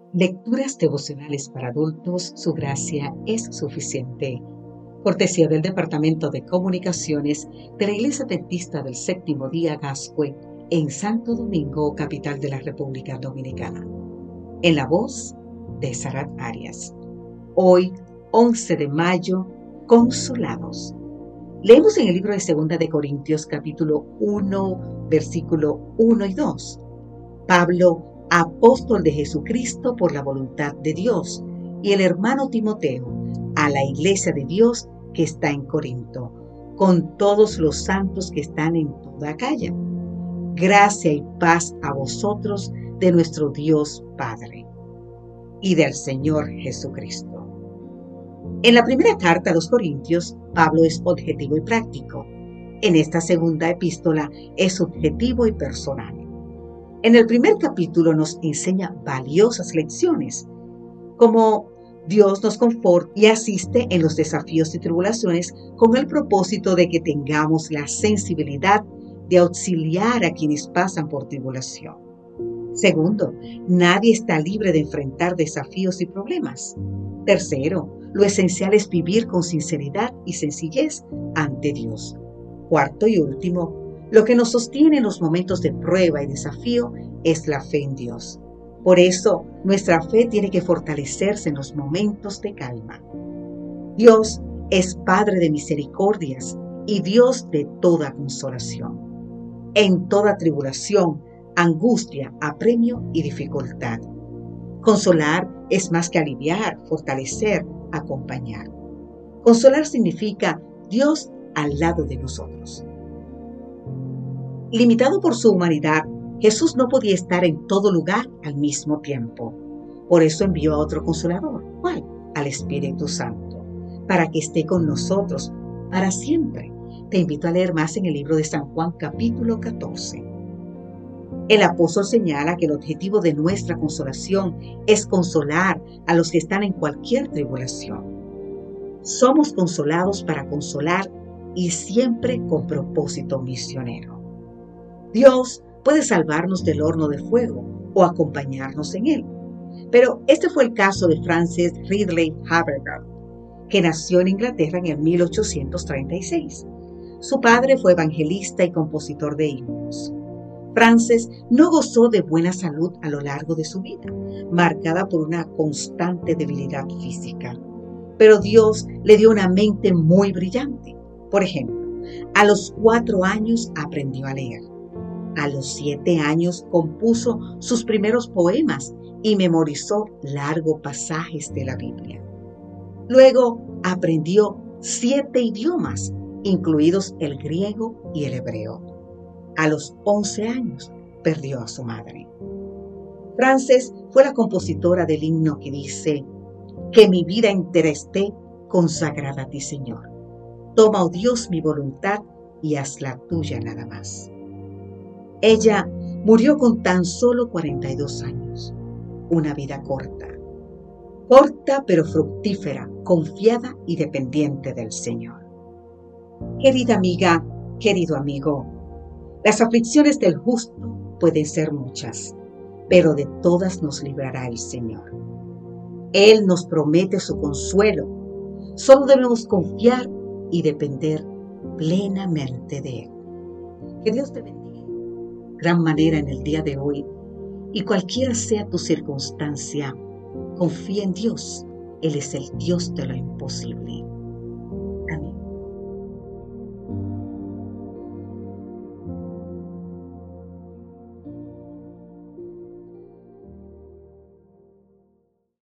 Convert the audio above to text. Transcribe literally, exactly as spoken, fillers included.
Lecturas devocionales para adultos, su gracia es suficiente. Cortesía del Departamento de Comunicaciones de la Iglesia Adventista del Séptimo Día Gascue en Santo Domingo, capital de la República Dominicana. En la voz de Sarat Arias. Hoy, once de mayo, consolados. Leemos en el libro de Segunda de Corintios, capítulo uno, versículo uno y dos. Pablo, apóstol de Jesucristo por la voluntad de Dios, y el hermano Timoteo, a la iglesia de Dios que está en Corinto, con todos los santos que están en toda Acaya. Gracia y paz a vosotros de nuestro Dios Padre y del Señor Jesucristo. En la primera carta a los Corintios, Pablo es objetivo y práctico. En esta segunda epístola es subjetivo y personal. En el primer capítulo nos enseña valiosas lecciones, como Dios nos conforta y asiste en los desafíos y tribulaciones con el propósito de que tengamos la sensibilidad de auxiliar a quienes pasan por tribulación. Segundo, nadie está libre de enfrentar desafíos y problemas. Tercero, lo esencial es vivir con sinceridad y sencillez ante Dios. Cuarto y último, lo que nos sostiene en los momentos de prueba y desafío es la fe en Dios. Por eso, nuestra fe tiene que fortalecerse en los momentos de calma. Dios es Padre de misericordias y Dios de toda consolación. En toda tribulación, angustia, apremio y dificultad. Consolar es más que aliviar, fortalecer, acompañar. Consolar significa Dios al lado de nosotros. Limitado por su humanidad, Jesús no podía estar en todo lugar al mismo tiempo. Por eso envió a otro consolador, ¿cuál? Al Espíritu Santo, para que esté con nosotros para siempre. Te invito a leer más en el libro de San Juan, capítulo catorce. El apóstol señala que el objetivo de nuestra consolación es consolar a los que están en cualquier tribulación. Somos consolados para consolar y siempre con propósito misionero. Dios puede salvarnos del horno de fuego o acompañarnos en él. Pero este fue el caso de Francis Ridley Havergal, que nació en Inglaterra en el mil ochocientos treinta y seis. Su padre fue evangelista y compositor de himnos. Francis no gozó de buena salud a lo largo de su vida, marcada por una constante debilidad física. Pero Dios le dio una mente muy brillante. Por ejemplo, a los cuatro años aprendió a leer. A los siete años compuso sus primeros poemas y memorizó largos pasajes de la Biblia. Luego aprendió siete idiomas, incluidos el griego y el hebreo. A los once años perdió a su madre. Francis fue la compositora del himno que dice: que mi vida entera esté consagrada a ti, Señor. Toma, oh Dios, mi voluntad y hazla tuya nada más. Ella murió con tan solo cuarenta y dos años, una vida corta, corta pero fructífera, confiada y dependiente del Señor. Querida amiga, querido amigo, las aflicciones del justo pueden ser muchas, pero de todas nos librará el Señor. Él nos promete su consuelo, solo debemos confiar y depender plenamente de Él. Que Dios te bendiga gran manera en el día de hoy, y cualquiera sea tu circunstancia, confía en Dios. Él es el Dios de lo imposible.